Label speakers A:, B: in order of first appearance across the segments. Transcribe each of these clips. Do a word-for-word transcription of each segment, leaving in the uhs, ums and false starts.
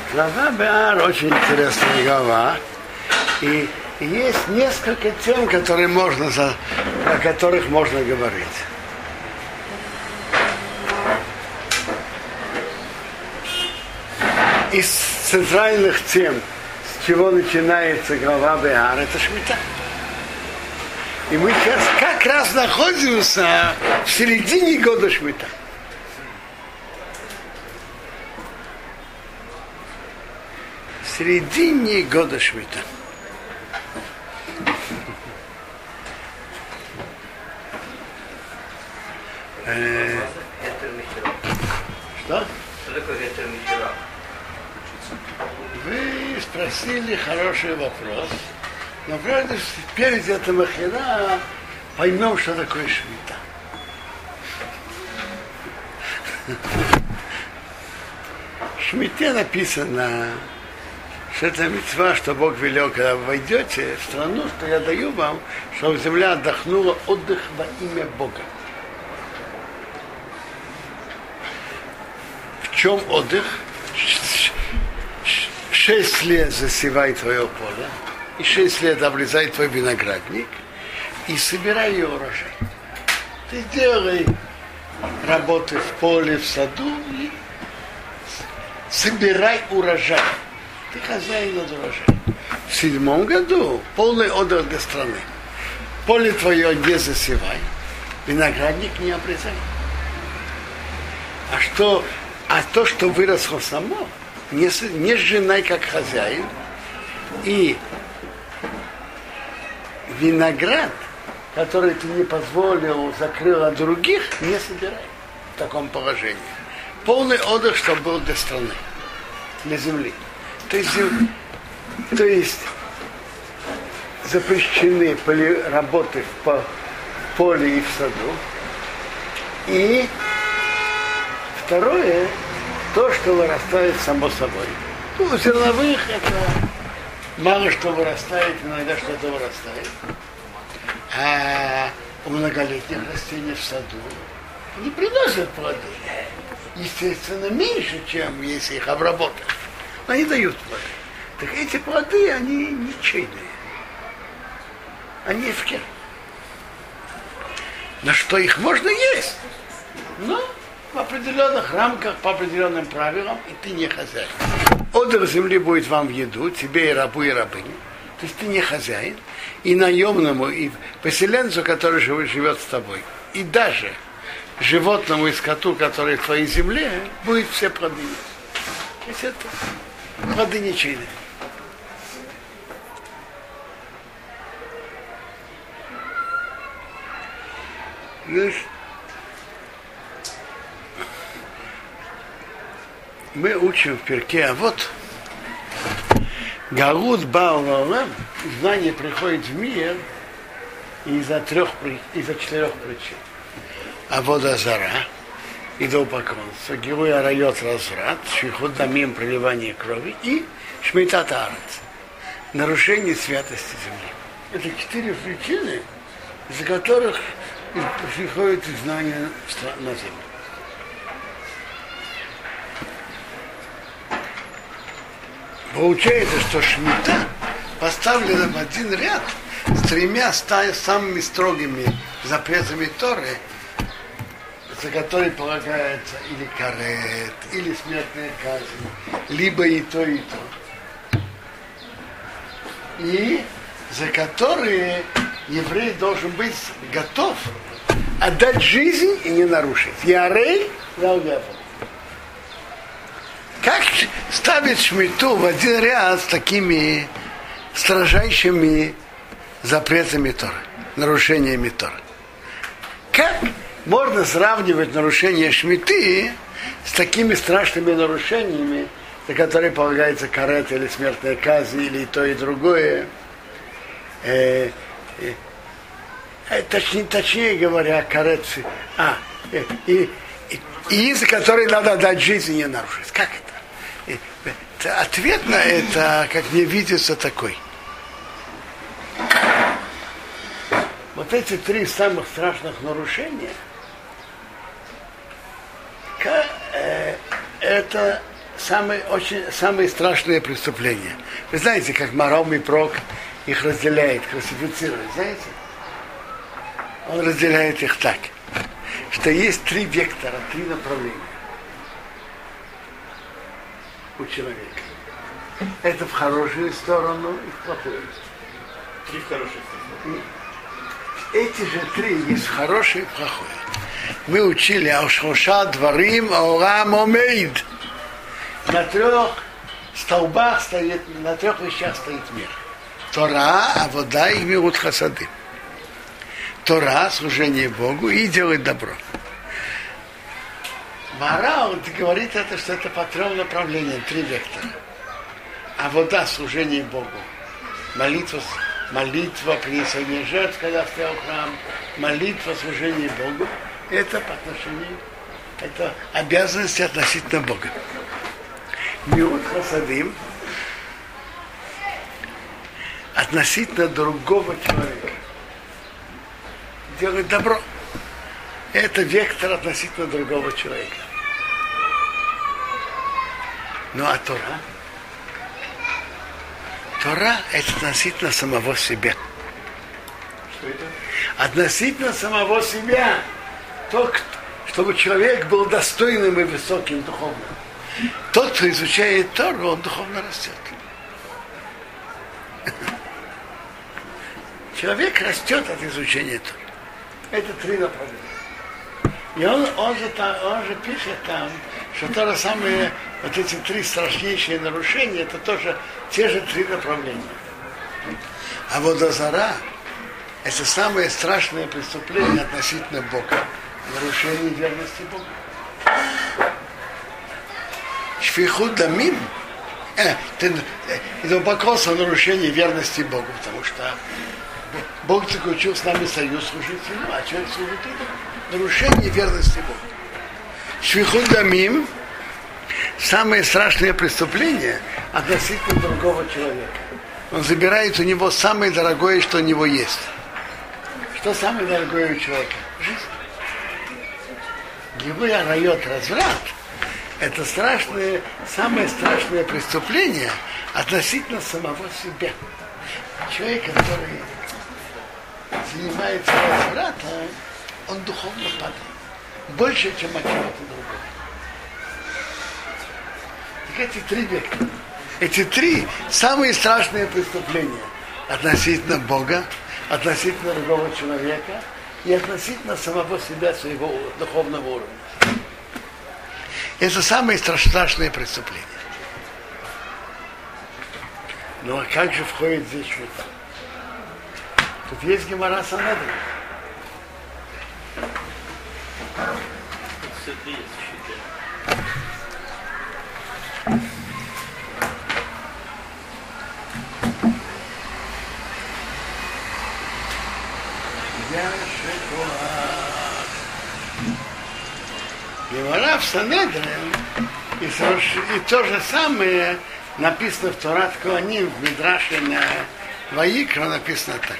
A: Глава Беар очень интересная глава. И есть несколько тем, которые можно, за, о которых можно говорить. Из центральных тем, с чего начинается глава Беар, это Шмита. И мы сейчас как раз находимся в середине года Шмита. В середине года Шмита. Э, Что?
B: Что такое Гетер Мишура?
A: Вы спросили хороший вопрос. Но правда, перед этим Ахира поймем, что такое Шмита. В Шмите написано, что это мицва, что Бог велел, когда вы войдете в страну, что я даю вам, чтобы земля отдохнула отдых во имя Бога. В чем отдых? Шесть лет засевай твое поле, и шесть лет обрезай твой виноградник, и собирай ее урожай. Ты делай работы в поле, в саду, и собирай урожай. Ты хозяин над урожаем. В седьмом году полный отдых для страны. Поле твое не засевай, виноградник не обрезай. А что, а то, что выросло само, не, не сжинай как хозяин, и виноград, который ты не позволил, закрыл от других, не собирай в таком положении. Полный отдых, чтобы был для страны, для земли. То есть, то есть запрещены поли, работы в поле и в саду. И второе, то, что вырастает само собой. Ну, у зерновых это мало что вырастает, иногда что-то вырастает. А у многолетних растений в саду они приносят плоды. Естественно, меньше, чем если их обработать. Но они дают плоды. Так эти плоды, они ничейные. Они эфкер. На что их можно есть? Но в определенных рамках, по определенным правилам, и ты не хозяин. Отдых земли будет вам в еду, тебе и рабу, и рабыне. То есть ты не хозяин. И наемному, и поселенцу, который живет с тобой. И даже животному и скоту, который в твоей земле, будет все плоды есть. То есть это плоды ничейные. Мы учим в Перке, а вот Галут Баалалам, знание приходит в мир из-за трех, из-за четырех причин. А водозара, идолопоклонство, герой арайот разврат, шихот дамим, проливание крови и шмитат аарец, нарушение святости земли. Это четыре причины, из-за которых приходит знание на землю. Получается, что шмита поставлена в один ряд с тремя самыми строгими запретами Торы, за которые полагается или карет, или смертная казнь, либо и то, и то. И за которые еврей должен быть готов отдать жизнь и не нарушить. Ярей, Ялгефа. Как ставить шмиту в один ряд с такими строжайшими запретами Торы, нарушениями Торы? Как можно сравнивать нарушение шмиты с такими страшными нарушениями, за которые полагается карет или смертная казнь, или и то, и другое? Э, э, э, точнее, точнее говоря, карет, а, э, и, и, и из-за которой надо дать жизнь и не нарушить. Как это? Ответ на это, как мне видится, такой. Вот эти три самых страшных нарушения, это самые, очень, самые страшные преступления. Вы знаете, как Маром и Прок их разделяет, классифицирует, знаете? Он разделяет их так, что есть три вектора, три направления у человека. Это в хорошую сторону и в плохую.
B: Три хорошие стороны.
A: Эти же три есть хорошие и плохое. Мы учили Аушхоша, Дворим, Аурам, Омейд. На трех столбах стоит, на трех вещах стоит мир. Тора, а вода и мирут хасады. Тора, служение Богу и делать добро. Мара, он говорит это, что это по трем направлениям, три вектора. А вода, служение Богу. Молитва, молитва, принесение жертв, когда стоял храм. Молитва, служение Богу. Это по отношению, это обязанности относительно Бога. Мирут хасадим относительно другого человека. Делать добро. Это вектор относительно другого человека. Ну а Тора? Тора это относительно самого себя.
B: Что это?
A: Относительно самого себя. То, чтобы человек был достойным и высоким духовным. Тот, кто изучает Тору, он духовно растет. Человек растет от изучения Торы. Это три направления. И он, он, же, там, он же пишет там, что то же самое, вот эти три страшнейшие нарушения, это тоже те же три направления. А водозара – это самое страшное преступление относительно Бога. Нарушение верности Богу. Шфихут дамим – это покосо нарушение верности Богу, потому что Бог заключил с нами союз служить ему, а человек служит ему. Нарушение верности Богу. Швихут дамим – самое страшное преступление относительно другого человека. Он забирает у него самое дорогое, что у него есть. Что самое дорогое у человека? Жизнь. Гибуя райот разврат – это страшное, самое страшное преступление относительно самого себя. Человек, который занимается развратом, он духовно падает. Больше, чем от чего-то другого. Так эти три вектора. Эти три самые страшные преступления относительно Бога, относительно другого человека и относительно самого себя, своего духовного уровня. Это самые страшные преступления. Ну а как же входит здесь швита? Тут есть Гемара Санедрин. Гемара в Санедрин, и, и то же самое написано в Торат Коаним, в Мидраше на Ваикра написано так.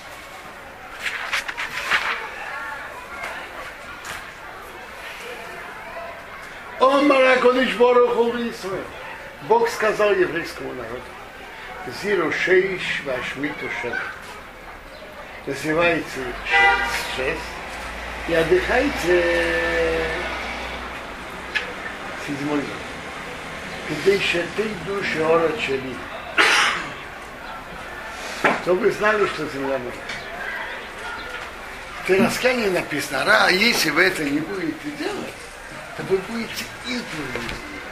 A: Бог сказал еврейскому народу: Зиру шейш вашмиту шех. Развивайте шесть и отдыхайте седьмой день. Когда ты души ора чели. Чтобы вы знали, что земля моя. В Пираскане написано: Ра, если вы это не будете делать, то вы будете изгнаны.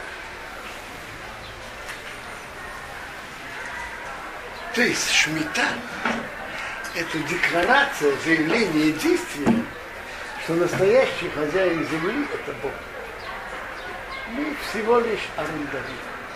A: То есть шмита – это декларация, заявление и действие, что настоящий хозяин земли – это Бог. Мы всего лишь арендаторы.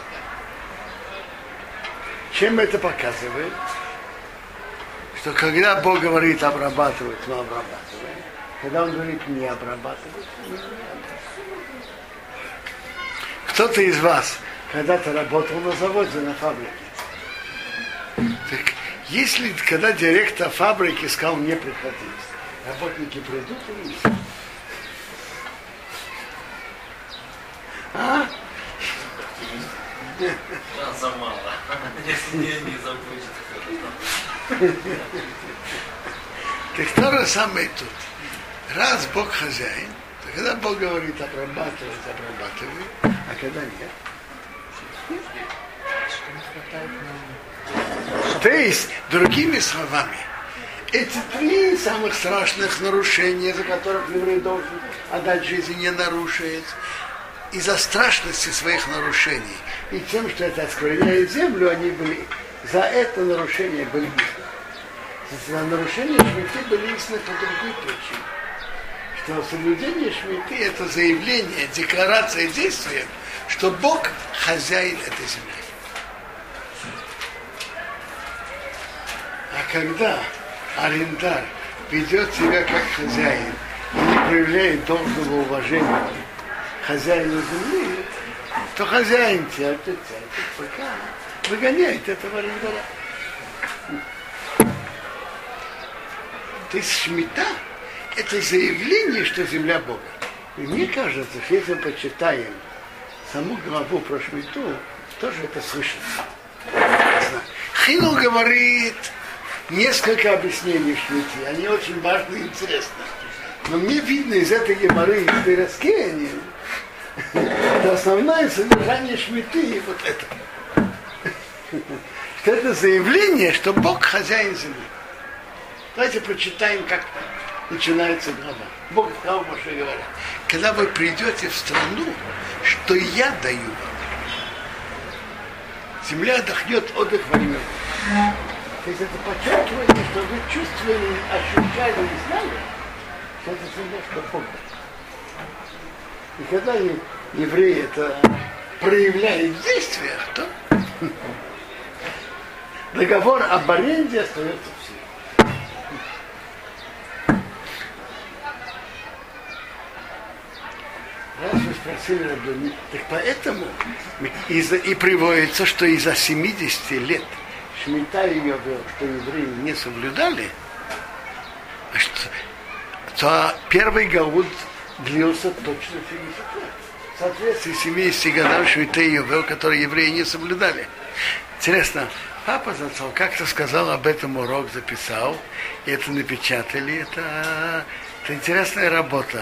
A: Чем это показывает? Что когда Бог говорит обрабатывать, мы обрабатываем. Когда Он говорит не обрабатывать, мы не обрабатываем. Кто-то из вас когда-то работал на заводе, на фабрике. Так если когда директор фабрики сказал не приходить, работники придут или нет?
C: Шанса мало. Если не, не забудет.
A: Так то же самое тут. Раз Бог хозяин, то когда Бог говорит обрабатывать, обрабатывай, а когда нет. То есть, другими словами, эти три самых страшных нарушения, за которых еврей должен отдать жизнь, не нарушает, из-за страшности своих нарушений и тем, что это оскверняет землю, они были, за это нарушение были изгнаны. За нарушение шмиты были изгнаны по другой причине. Что соблюдение шмиты это заявление, декларация действия, что Бог хозяин этой земли. А когда арендар ведет себя как хозяин и не проявляет должного уважения хозяину земли, то хозяин терпит, терпит, пока выгоняет этого арендара. То есть шмита – это заявление, что земля Бога. И мне кажется, что если мы почитаем саму главу про шмиту, тоже это слышится. Хину говорит несколько объяснений в шмите, они очень важны и интересны. Но мне видно из этой геморры, из этой раскаяния, что основное содержание шмиты вот это. Что это заявление, что Бог хозяин земли. Давайте прочитаем, как начинается глава. Бог сказал Моше, говоря, когда вы придете в страну, что я даю вам, земля отдохнет отдых во время. То есть это подчеркивает, что вы чувствовали, ощущали и знали, что это земля, что Бог дает. И когда еврей это проявляет в действиях, то договор об аренде остается в силе. Раз вы спросили, Рабдуни, так поэтому из-за, и приводится, что из-за семидесяти лет шмита и йовел, что евреи не соблюдали, что, то первый гаут длился точно семьдесят лет. В соответствии с семидесятью годам шмита и йовел, которые евреи не соблюдали. Интересно, папа зацал как-то сказал об этом, урок записал, и это напечатали. Это, это интересная работа.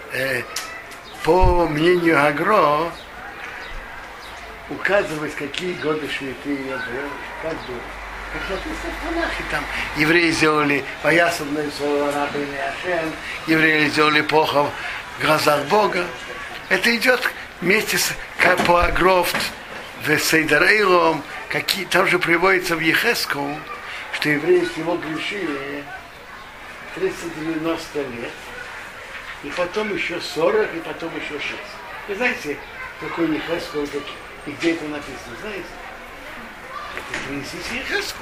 A: По мнению Агро, указывать, какие годы шмиты и йовел, как бы, как написано в Танахе, там евреи сделали поясовную слово рабы Ашем, евреи сделали плохо в глазах Бога. Это идет вместе с по Агрофт в Сейдер-Эйлом, какие там же приводится в Ехеску, что евреи всего грешили триста-девяносто лет. И потом еще сорок, и потом еще шесть. Вы знаете, какой Ехеску, и где это написано, знаете? Это принесите Ехеску.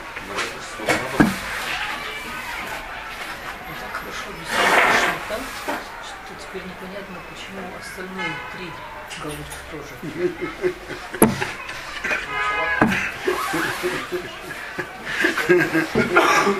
D: Так хорошо объяснили там, что теперь непонятно, почему остальные три говорят тоже.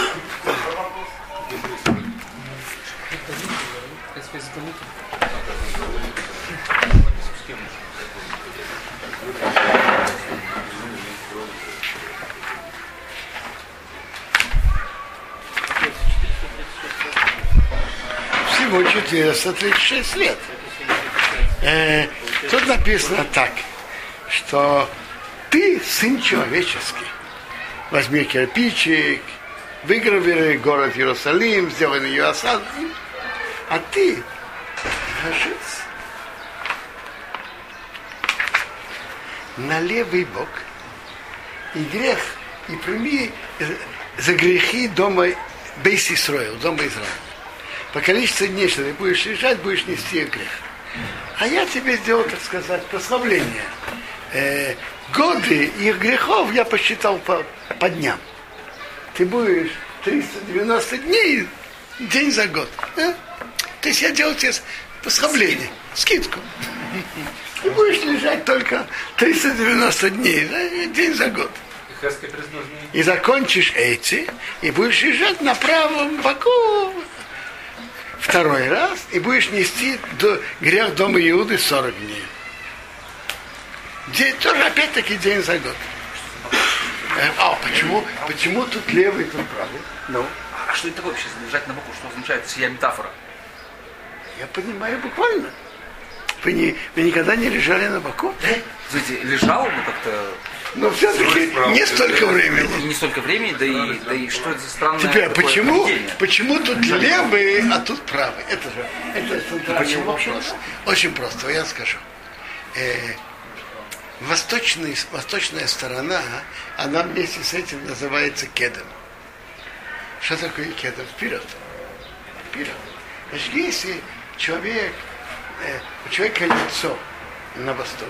A: Всего четыреста тридцать шесть лет. Э, тут написано так, что ты сын человеческий. Возьми кирпичик, выгравируй город Иерусалим, сделай на ее осаду, а ты ложись на левый бок и грех, и прими за грехи дома Бейс Исроил, дома Израиля. По количеству дней, что ты будешь лежать, будешь нести грех. А я тебе сделал, так сказать, прославление. Э, годы их грехов я посчитал по, по дням. Ты будешь триста девяносто дней, день за год. А? То есть я делал тебе послабление, скидку. Ты будешь лежать только триста девяносто дней, да? День за год. И закончишь эти, и будешь лежать на правом боку второй раз, и будешь нести до, грех дома Иуды сорок дней. День, тоже опять-таки день за год. А почему, почему тут левый, тут правый? Ну.
E: А что это такое вообще, лежать на боку? Что означает сия метафора?
A: Я понимаю буквально. Вы, не, вы никогда не лежали на боку?
E: Знаете, лежал, но как-то...
A: Но все-таки не столько времени.
E: Не столько времени, да и, да и что это за странное
A: Теперь,
E: такое
A: почему,
E: поведение?
A: почему тут левый, а тут правый? Это же это центральный
E: Почему?
A: вопрос. Очень просто, я скажу. Э, восточный, восточная сторона, она вместе с этим называется кедом. Что такое кедом? Вперед. Вперед. Значит, если человек, э, у человека лицо на восток,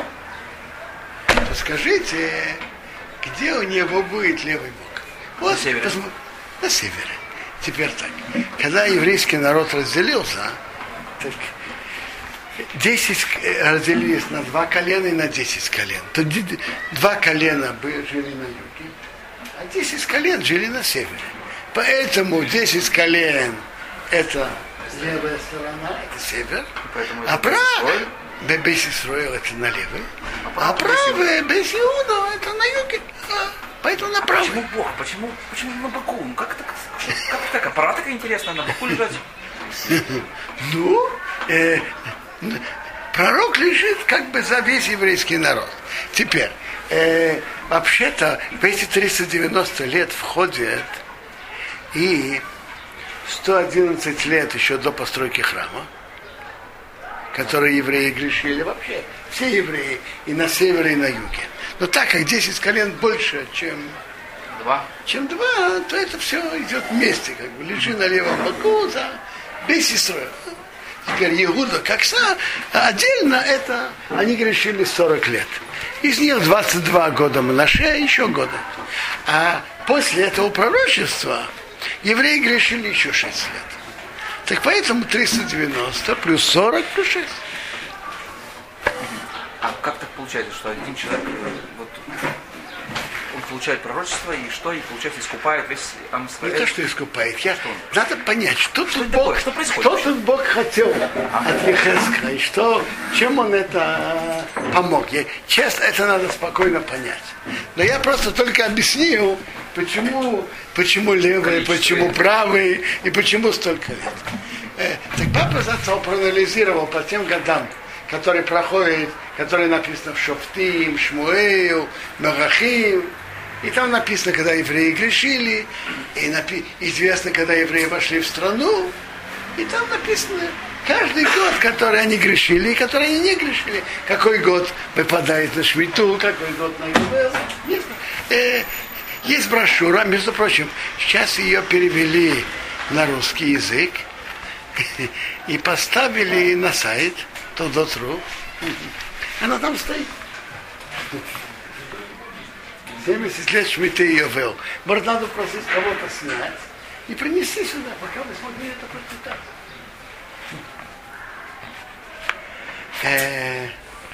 A: то скажите, где у него будет левый бок? Вот,
E: на севере.
A: Посмотри, на севере. Теперь так. Когда еврейский народ разделился, так десять разделились на два колена и на десять колен. То два колена жили на юге, а десять колен жили на севере. Поэтому десять колен это левая сторона, это север, а правая Бейс Исроэл это на левый, а правая Бейс Иуда это на юге. Поэтому направо.
E: Почему Бог? Почему, почему на боку? Ну как так? Как так? Аппарат такая интересная, на боку лежать?
A: Ну, э, пророк лежит как бы за весь еврейский народ. Теперь, э, вообще-то в эти триста девяносто лет входит и сто одиннадцать лет еще до постройки храма, которые евреи грешили вообще. Все евреи и на севере, и на юге. Но так как десять колен больше, чем
E: два,
A: чем два, то это все идет вместе, как бы лежи на левом боку, за весь Исроэль. Теперь Иуда, как са, отдельно это они грешили сорок лет. Из них двадцать два года Манаше, еще года. А после этого пророчества евреи грешили еще шесть лет. Так поэтому триста девяносто плюс сорок плюс шесть.
E: А как так получается, что один человек вот, он получает пророчество и что, и получается искупает весь Амисраэль?
A: Не то, что искупает. Я, надо понять, что,
E: что
A: тут
E: такое?
A: Бог,
E: Что происходит?
A: что тут Бог хотел а? от Ехеска, и что, чем он это помог. Я, честно, это надо спокойно понять. Но я просто только объяснил, почему, почему левый, почему правый и почему столько лет. Э, так папа зато проанализировал по тем годам, которые проходят, которые написано в Шофтим, Шмуэю, Мелахим. И там написано, когда евреи грешили, и напи- известно, когда евреи вошли в страну. И там написано каждый год, который они грешили, и который они не грешили. Какой год выпадает на Шмиту, какой год на Юбел. Есть, э, есть брошюра, между прочим, сейчас ее перевели на русский язык и поставили на сайт Толдот.ру. Она там стоит. семьдесят лет Шмиты и Йовел. Может, надо просить кого-то снять и принести сюда, пока вы смогли это прочитать. Э,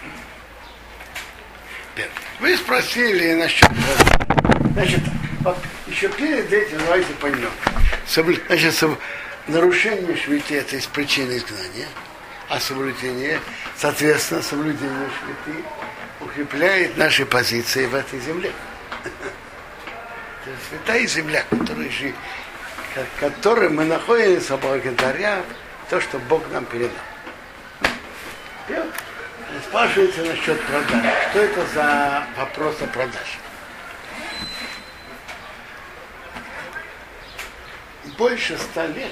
A: Вы спросили насчет... Значит, вот еще перед этим давайте поймем. Значит, нарушение Шмиты это из причины изгнания, а соблюдение, соответственно, соблюдение Шмиты укрепляет наши позиции в этой земле. Это святая земля, которой, жи, которой мы находимся благодаря то, что Бог нам передал. Спрашивается насчет продажи. Что это за вопрос о продаже? Больше ста лет,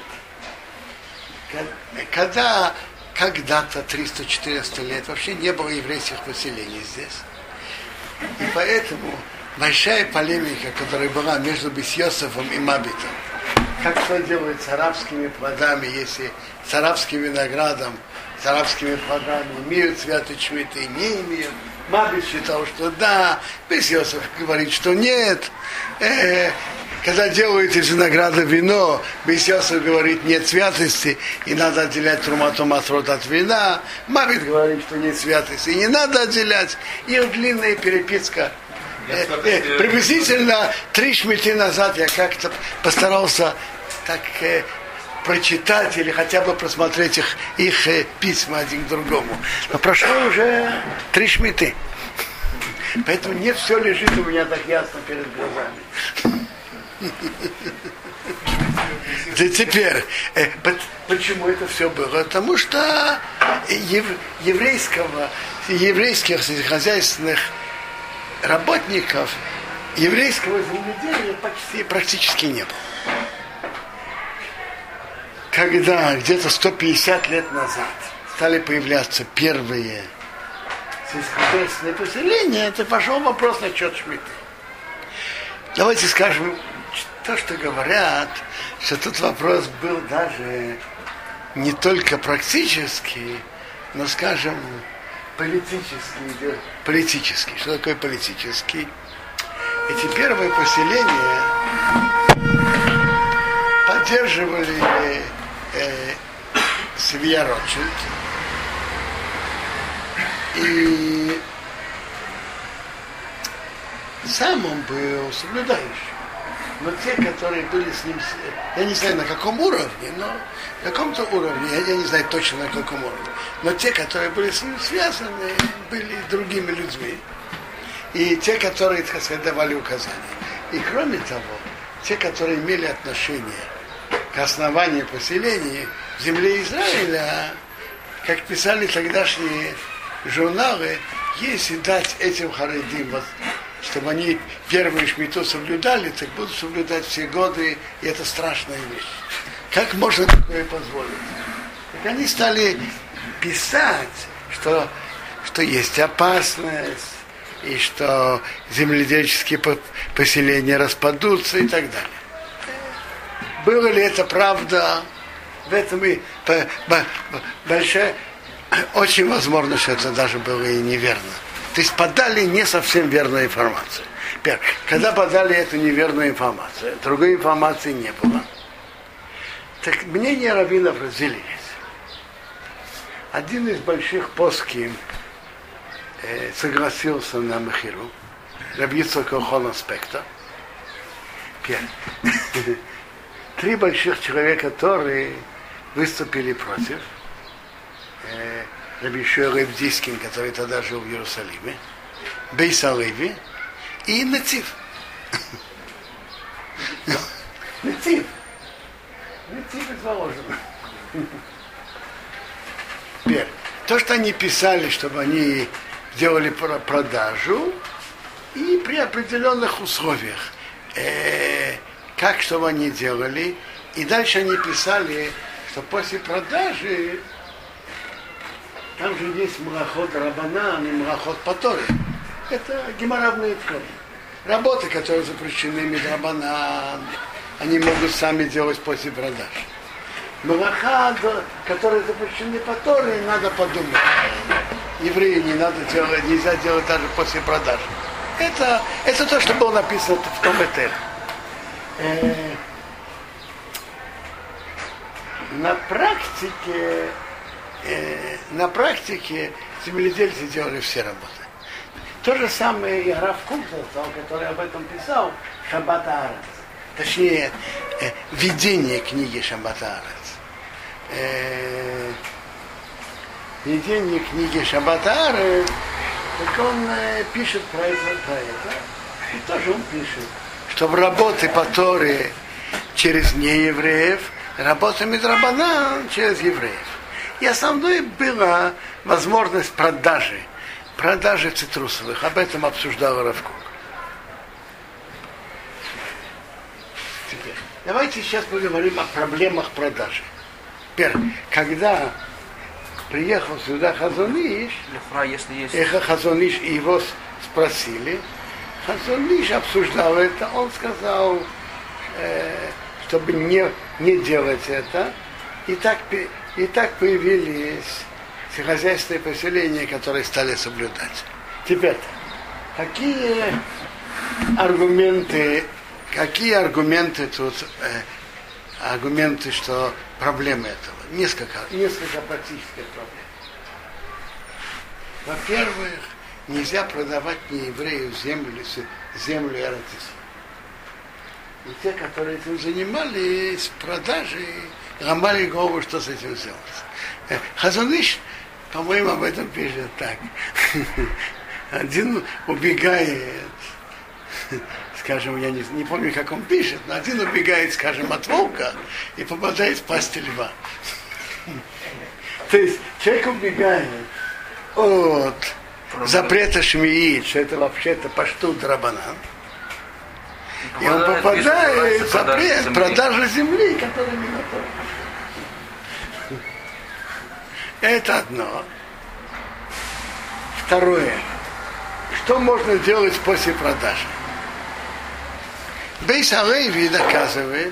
A: когда когда-то триста-четыреста лет вообще не было еврейских поселений здесь. И поэтому большая полемика, которая была между Бис-Йосефом и Мабитом, как что делают с арабскими плодами, если с арабским виноградом, с арабскими плодами имеют святые шмиты, не имеют. Мабит считал, что да, Бис-Йосеф говорит, что нет. Э, Когда делают из винограда вино, Бис-Йосеф говорит, нет святости, и надо отделять трумату масрот от вина. Мабит говорит, что нет святости, и не надо отделять. И длинная переписка. Э, э, приблизительно три шмиты назад я как-то постарался так э, прочитать или хотя бы просмотреть их, их э, письма один к другому. Но прошло уже три шмиты. Поэтому не все лежит у меня так ясно перед глазами. Да теперь, э, почему это все было? Потому что ев, еврейского, еврейских хозяйственных работников, еврейского земледелия почти практически не было. Когда где-то сто пятьдесят лет назад стали появляться первые сельскохозяйственные поселения, это пошел вопрос насчет шмиты. Давайте скажем, то, что говорят, что тут вопрос был даже не только практический, но, скажем, политический. Политический. Что такое политический? Эти первые поселения поддерживали э, семья Ротшильд. И сам он был соблюдающим. Но те, которые были с ним, я не знаю на каком уровне, но на каком-то уровне, я, я не знаю точно на каком уровне, но те, которые были с ним связаны, были другими людьми. И те, которые, так сказать, давали указания. И кроме того, те, которые имели отношение к основанию поселений в земле Израиля, как писали тогдашние журналы, если дать этим харедим, вот, чтобы они первую шмиту соблюдали, так будут соблюдать все годы, и это страшная вещь. Как можно такое позволить? Так они стали писать, что, что есть опасность, и что земледельческие поселения распадутся и так далее. Было ли это правда? В этом и большая, очень возможно, что это даже было и неверно. То есть подали не совсем верную информацию. Первое, когда подали эту неверную информацию, другой информации не было. Так мнения раввинов разделились. Один из больших поским э, согласился на махиру, Рабби Йицхак Охон Аспекта. Три больших человека, которые выступили против. Э, Рабби Йошуа лейб Дискин, который тогда жил в Иерусалиме, Бейс Алеви и Нецив. Нецив. Нецив из Воложина. Теперь, то, что они писали, чтобы они делали продажу, и при определенных условиях, э, как, чтобы они делали, и дальше они писали, что после продажи там же есть млахот рабанан и млахот паторы. Это гемара в Нейтконе. Работы, которые запрещены мидрабанан, они могут сами делать после продаж. Млаха, которые запрещены паторы, надо подумать. Евреи не надо делать, нельзя делать даже после продаж. Это, это то, что было написано в том Этере. Э, на практике на практике земледельцы делали все работы. То же самое и Рав Кунцевцев, который об этом писал, Шаббат Аарец. Точнее, э, введение книги Шаббат Аарец. Э, введение книги Шаббат Аарец, так он э, пишет про это, про это. И тоже он пишет, что в работы по Торе через неевреев, работа мидрабанан через евреев. И основной была возможность продажи, продажи цитрусовых. Об этом обсуждал Рав Кук. Теперь, давайте сейчас поговорим о проблемах продажи. Первое, когда приехал сюда Хазон Иш, Эхо Хазон Иш, и его спросили, Хазон Иш обсуждал это, он сказал, э, чтобы не, не делать это, и так И так появились хозяйственные поселения, которые стали соблюдать. Теперь, какие аргументы, какие аргументы тут, э, аргументы, что проблемы этого? Несколько, несколько практических проблем. Во-первых, нельзя продавать нееврею землю, землю Эрец. И те, которые этим занимались, продажей, ломали голову, что с этим сделать. Хазон Иш, по-моему, об этом пишет так. один убегает, скажем, я не, не помню, как он пишет, но один убегает, скажем, от волка и попадает в пасть льва. То есть человек убегает от запрета шмии, что это вообще-то паштут рабанан, и он попадает в запрет продажи земли, которая не готова. Это одно. Второе. Что можно делать после продажи? Бейс Алейви доказывает,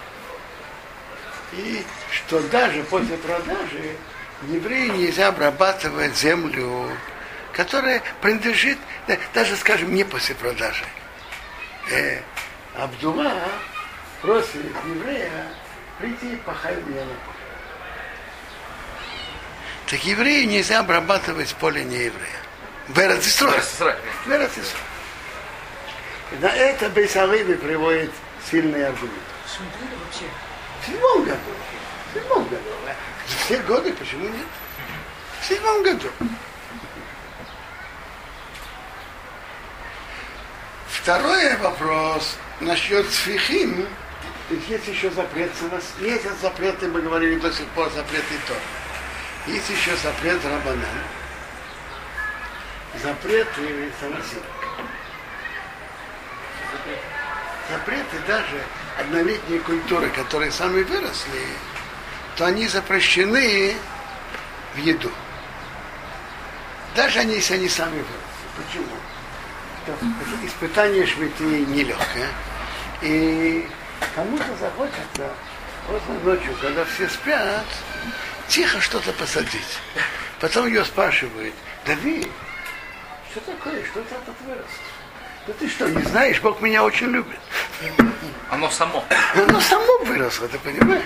A: и что даже после продажи еврею нельзя обрабатывать землю, которая принадлежит, даже, скажем, не после продажи. Э, Абдула просит еврея прийти и пахать мне на поле. Так еврею нельзя обрабатывать поле не еврея. В Эрец Исраэль. В Эрец Исраэль. На это Бейс Алейви приводит сильный аргумент.
D: Смотрели вообще?
A: В седьмом году. В седьмом году. За все годы почему нет? В седьмом году. Второй вопрос насчет сфихим. Есть еще запрет. Есть запреты, мы говорили до сих пор, запреты Торы. Есть еще запрет рабанан. Запреты самосилок. Запреты даже однолетние культуры, которые сами выросли, то они запрещены в еду. Даже они, если они сами выросли. Почему? Это испытание шмиты нелегкое. И кому-то захочется поздно ночью, когда все спят, тихо что-то посадить. Потом ее спрашивают: Давид, что такое, что это тут вырос? Да ты что, не знаешь, Бог меня очень любит.
E: Оно само.
A: Оно само выросло, ты понимаешь?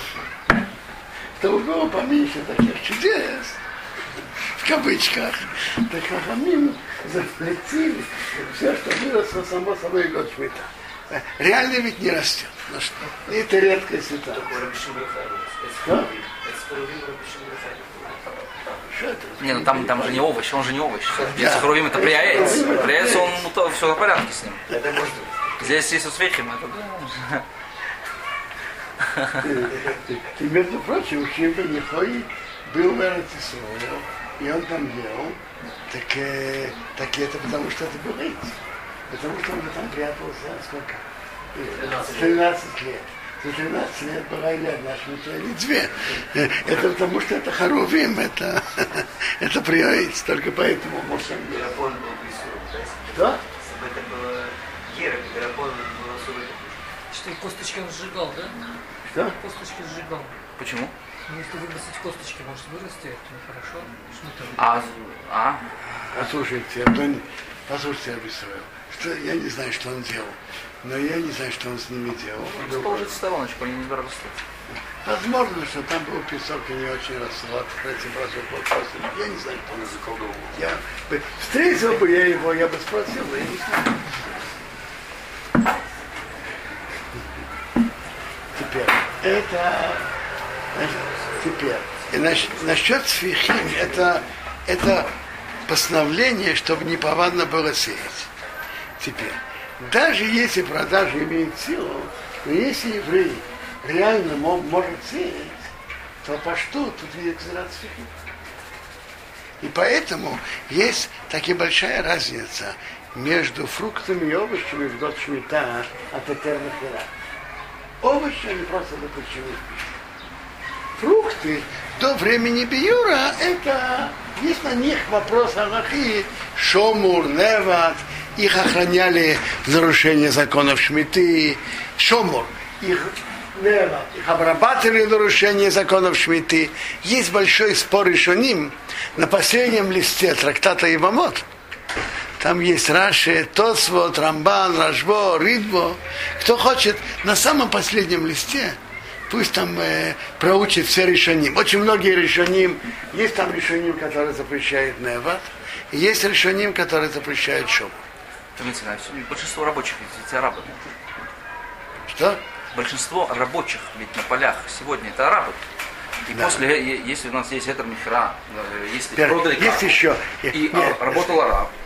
A: То было поменьше таких чудес, в кавычках. Так хахамим запретили все, что выросло само собой год шмита. Реально ведь не растет. Ну что? Это редкая ситуация. Что?
E: Не, ну там, там же не овощ, он же не овощ. Если хрувим, это прияец. Прияец, он, ну, то, все в порядке с ним. Здесь есть успехи, мы это...
A: И, между прочим, Шимба Нихой был в Эрец Исраэль, и он там ел, так, э, так это потому, что это был Эйц. Потому что он там прятался, сколько? тринадцать лет. За тринадцать лет была или одна шмита, или две. Это потому, что это Харувим, это, это приоиц, только поэтому можно... Что?
C: Это было Гера, Герапон было особенно.
D: Что, и косточки он сжигал, да?
A: Что?
D: Косточки сжигал.
E: Почему?
D: Ну, если выбросить косточки, может вырасти, это нехорошо. Что
E: А, а?
A: Послушайте, я то не... Послушайте, я объясню. Что, я не знаю, что он делал, но я не знаю, что он с ними делал.
E: Положить в стороночку, они не растут.
A: Возможно, что там был песок и не очень росла. Я не знаю, кто он заколдовал. Я бы встретил бы я его, я бы спросил, но я не знаю. Теперь, это, значит, теперь, и насчет, насчет сфихим, это, это постановление, чтобы неповадно было сеять. Теперь, даже если продажа имеет силу, но если еврей реально мог, может сеять, то по что тут видит кзерат сфихим? И поэтому есть такая большая разница между фруктами и овощами в год шмита от этерных ира. Овощи они просто запрещены. Фрукты до времени биюра, это есть на них вопрос алахи, шомур, неват, их охраняли в нарушение законов шмиты, шомур, их неват, их обрабатывали в нарушение законов шмиты. Есть большой спор решоним на последнем листе трактата Ивамот. Там есть Раши, Тосфот, Рамбан, Рашбо, Ридбо. Кто хочет, на самом последнем листе, пусть там э, проучит все решоним. Очень многие решоним. Есть там решоним, который запрещает неват, и есть решоним, который запрещает шомур.
E: Большинство рабочих ведь эти арабы.
A: Что?
E: Большинство рабочих ведь на полях сегодня это арабы. И да. После, если у нас есть это михра, если
A: Пер,
E: продали
A: есть
E: карту,
A: еще.
E: И
A: Нет,
E: работал араб,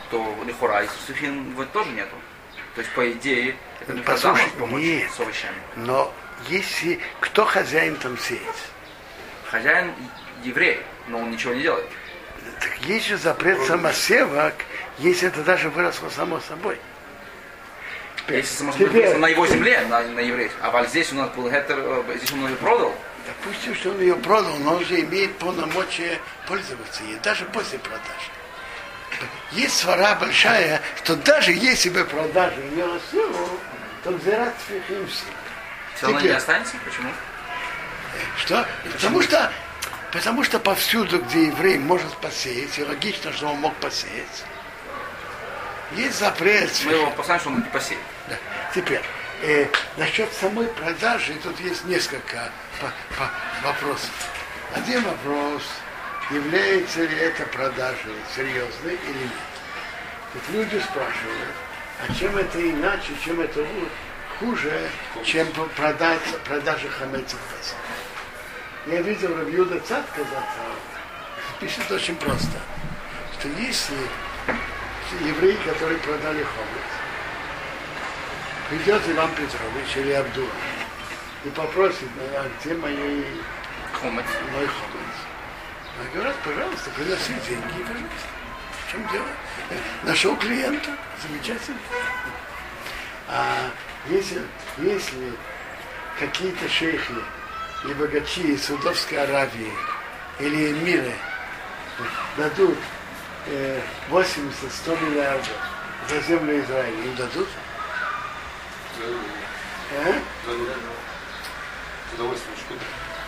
E: то лихора и сухин вот тоже нету. То есть, по идее, это не
A: Послушай,
E: помочь
A: нет.
E: с овощами.
A: Но если кто хозяин там сеять?
E: Хозяин еврей, но он ничего не делает.
A: Так есть же запрет самосевок, если это даже выросло само собой.
E: Если само собой выросло на его земле, на, на еврейском, а вот здесь у нас был гетер, здесь он ее продал.
A: Допустим, что он ее продал, но он же имеет полномочия пользоваться ей, даже после продажи. Есть свара большая, что даже если бы продажа имела силу, то взирать им все.
E: Все равно не останется? Почему?
A: Что? Почему? Потому что, потому что повсюду, где еврей может посеять, и логично, что он мог посеять, есть запрет.
E: Мы его поставим, что он не посеет.
A: Да. Теперь, э, насчет самой продажи, тут есть несколько по, по, вопросов. Один вопрос, является ли эта продажа серьезной или нет. Тут люди спрашивают, а чем это иначе, чем это хуже, чем продать, продажа хамеца в Песах. Я видел Рав Юда Цатка пишет очень просто, что если евреи, которые продали хомец, придет Иван Петрович или Абдула и попросит, а где мои
E: хомец?
A: Мой хомец. Они говорят, пожалуйста, приноси деньги, пожалуйста. В чем дело? Нашел клиента, замечательно. А если, если какие-то шейхи и богачи из Саудовской Аравии или эмиры дадут э, восемьдесят-сто миллиардов за землю Израиля, им дадут?
B: За удовольствие шкода.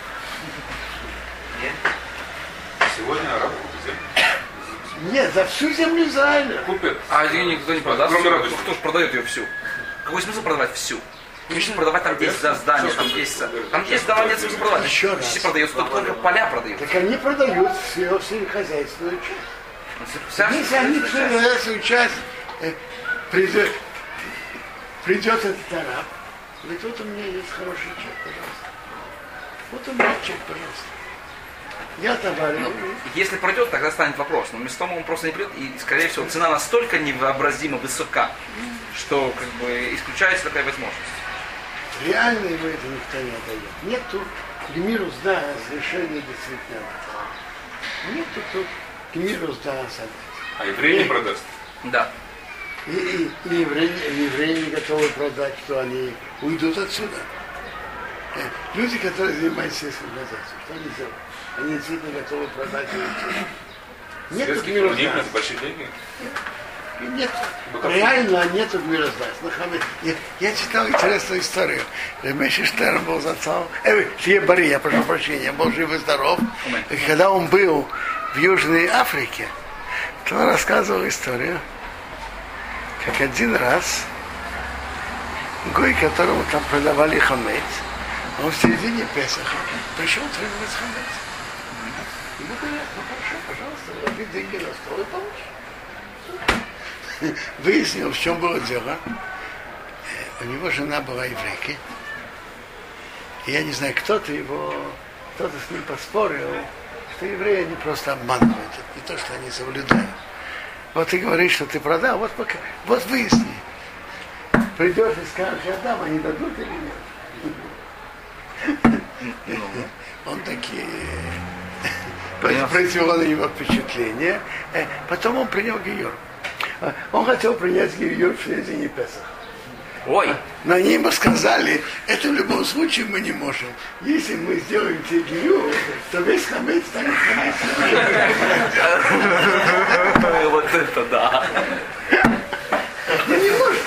C: Нет?
B: Сегодня арабы купят землю.
A: Нет, за всю землю Израиля.
B: Купят.
E: А ее никто не продаст?
B: Кроме
E: Кто,
B: радости.
E: кто же продает ее всю? Какой смысл продавать всю? Конечно, продавать там есть за здание, там есть... Там есть здание, нет смысла продавать.
A: Еще раз.
E: Если продается, то только поля продают.
A: Так они продают все, сельскохозяйственную часть.
E: Вся
A: Если они сельскохозяйственную часть э, придет, придет этот араб, говорит, вот у меня есть хороший чек, пожалуйста. Вот у меня чек, пожалуйста. Я товарищ.
E: Ну, если пройдет, тогда станет вопрос. Но вместо того он просто не придет, и, скорее всего, цена настолько невообразимо высока, что как бы исключается такая возможность.
A: Реально его это никто не отдает. Нету к миру сда разрешения действительно. Нету тут к миру сда отдать.
B: А еврей не продаст.
E: Да.
A: И, и, и евреи, евреи не готовы продать, что они уйдут отсюда. Э, Люди, которые занимаются сельским хозяйством, что они делают? Они действительно готовы продать и уйти. Нет
B: Сельский
A: мира
B: хлебник за большие деньги.
A: Нет. Реально нету мира я, я читал интересную историю. Ремеши Штерн был зацал. Э, Шие Бари, я прошу прощения, был жив и здоров. И когда он был в Южной Африке, то он рассказывал историю, как один раз гой, которому там продавали хамец, он в середине Песаха пришел требовать хамец. Ему говорят, ну хорошо, пожалуйста, ложи деньги на стол и получишь. Выяснил, в чем было дело. У него жена была еврейкой. И я не знаю, кто-то его, кто-то с ним поспорил, что евреи они просто обманывают. Это не то, что они соблюдают. Вот ты говоришь, что ты продал, вот пока, вот выясни. Придешь и скажешь, я дам, они дадут или нет? Он такие... произвело на него впечатление. Потом он принял гиюр. Он хотел принять гиюр в середине Песаха.
E: Ой!
A: Но они ему сказали, это в любом случае мы не можем. Если мы сделаем тебе гиюр, то весь хамец станет хамецом.
E: Вот это да!
A: Ну не можем.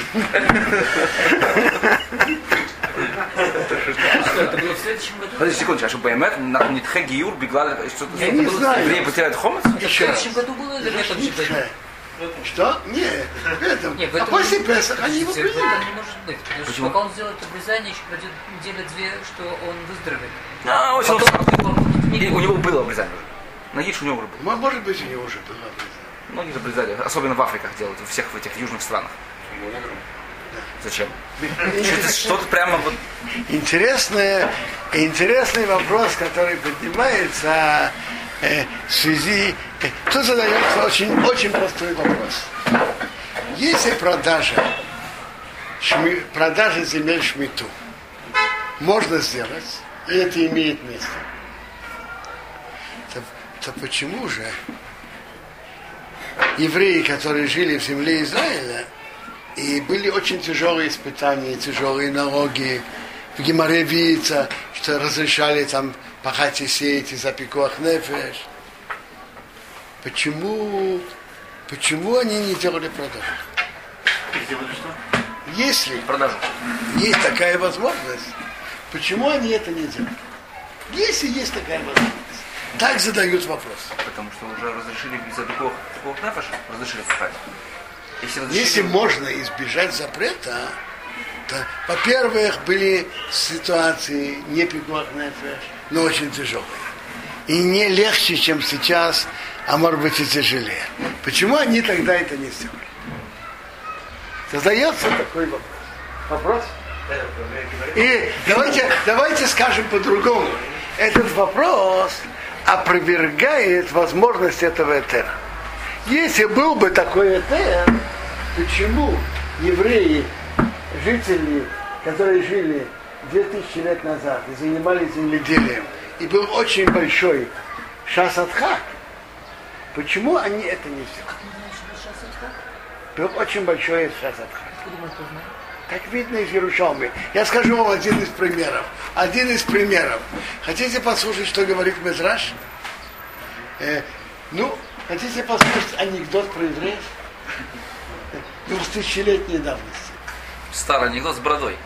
D: Это было в следующем году?
E: Подожди секундочку, а что Баймет, Нитхе Гиюр, бегла, что
A: Я не знаю.
E: евреи потеряют хомец?
D: Это в следующем году было или в этом же году?
A: Что? Нет, в этом.
D: Нет, в
A: А
D: этом
A: после
D: не-
A: Песаха они его
D: в этом
A: приняли.
D: не может быть. Потому что
E: Почему?
D: пока он сделает обрезание, еще пройдет неделя две, что он выздоровеет.
E: А, он
D: Потом его не
E: Или у
D: будет.
E: него было обрезание уже. На Гидж у него уже было.
A: М- Может быть, у него уже было обрезание.
E: Многие же обрезали, особенно в Африках делают, во всех в этих южных странах. Зачем? Что-то, что-то прямо вот...
A: Интересный, интересный вопрос, который поднимается, э, в связи... Э, тут задается очень, очень простой вопрос. Если продажа, шми, продажа земель шмиту можно сделать, и это имеет место, то, то почему же евреи, которые жили в земле Израиля, и были очень тяжелые испытания, тяжелые налоги, в Гемаре видится, что разрешали там пахать и сеять из-за пикуах нефеш. Почему, почему они не делали продажу?
E: Сделали что?
A: Если
E: Продажу.
A: есть такая возможность, почему они это не делают? Если есть такая возможность. Так задают вопрос.
E: Потому что уже разрешили из-за пикуах нефеш, разрешили пахать. Если, разрешили...
A: Если можно избежать запрета, то, во-первых, были ситуации не пикуах нефеш, но очень тяжелые. И не легче, чем сейчас, а может быть и тяжелее. Почему они тогда это не сделали? Задается такой вопрос. Вопрос? И давайте, давайте скажем по-другому. Этот вопрос опровергает возможность этого этера. Если был бы такой этер, почему евреи, жители, которые жили две тысячи лет назад и занимались земледелием, и был очень большой шасадхак, почему они это не сделали? Был очень большой шасадхак. Так видно из Иерушалмы. Я скажу вам один из примеров. Один из примеров. Хотите послушать, что говорит Мидраш? Э, ну, хотите послушать анекдот про евреев? Двухтысячелетней давности.
E: Старый анекдот с бородой.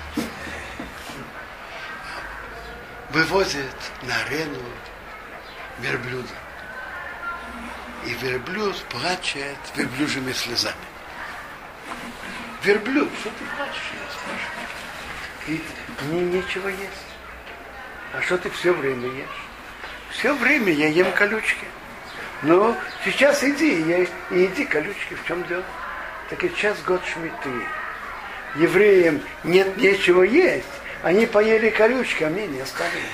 A: Вывозят на арену верблюда. И верблюд плачет верблюжьими слезами. Верблюд, что ты плачешь, я спрашиваю. И мне нечего есть. А что ты все время ешь? Все время я ем колючки. Ну, сейчас иди, я, и иди колючки, в чем дело? Так и сейчас год шмиты. Евреям нет нечего есть. Они поели колючки, а мне не оставили.